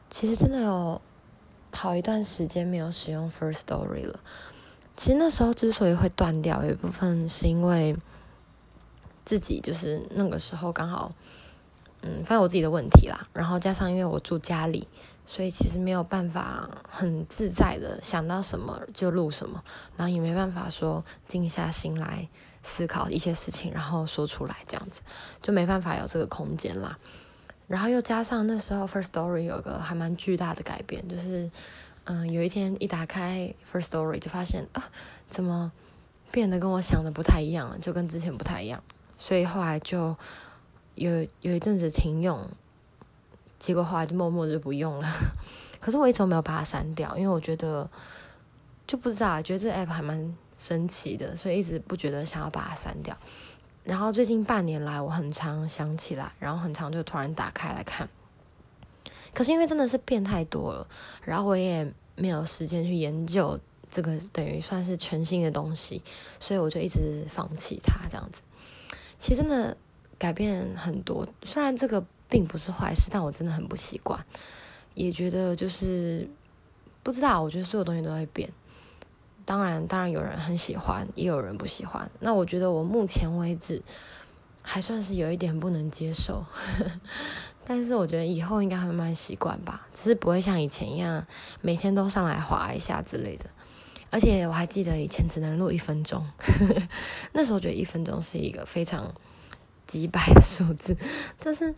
其实真的有好一段时间没有使用 First Story 了。其实那时候之所以会断掉，有一部分是因为自己就是那个时候刚好发现我自己的问题啦，然后加上因为我住家里，所以其实没有办法很自在的想到什么就录什么，然后也没办法说静下心来思考一些事情然后说出来，这样子就没办法有这个空间啦。然后又加上那时候 First Story 有个还蛮巨大的改变，就是有一天一打开 First Story 就发现怎么变得跟我想的不太一样了，就跟之前不太一样，所以后来就有一阵子停用，结果后来就默默就不用了。可是我一直都没有把它删掉，因为我觉得就不知道，觉得这 app 还蛮神奇的，所以一直不觉得想要把它删掉。然后最近半年来我很常想起来，然后很常就突然打开来看，可是因为真的是变太多了，然后我也没有时间去研究这个等于算是全新的东西，所以我就一直放弃它这样子。其实真的改变很多，虽然这个并不是坏事，但我真的很不习惯，也觉得就是不知道，我觉得所有东西都会变。当然有人很喜欢，也有人不喜欢。那我觉得我目前为止还算是有一点不能接受，但是我觉得以后应该会慢慢习惯吧，只是不会像以前一样每天都上来滑一下之类的。而且我还记得以前只能录1分钟，那时候觉得1分钟是一个非常几百的数字，就是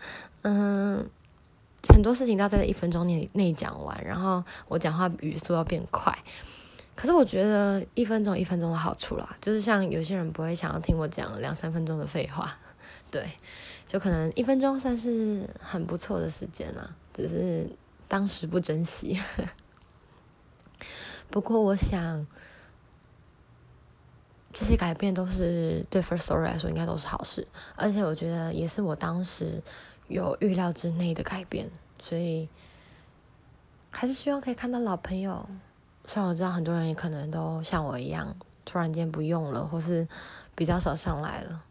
很多事情都要在1分钟内讲完，然后我讲话语速要变快。可是我觉得1分钟1分钟的好处啦，就是像有些人不会想要听我讲2-3分钟的废话，对，就可能1分钟算是很不错的时间啦，只是当时不珍惜。不过我想这些改变都是对 First Story 来说应该都是好事，而且我觉得也是我当时有预料之内的改变，所以还是希望可以看到老朋友。虽然我知道很多人也可能都像我一样突然间不用了，或是比较少上来了，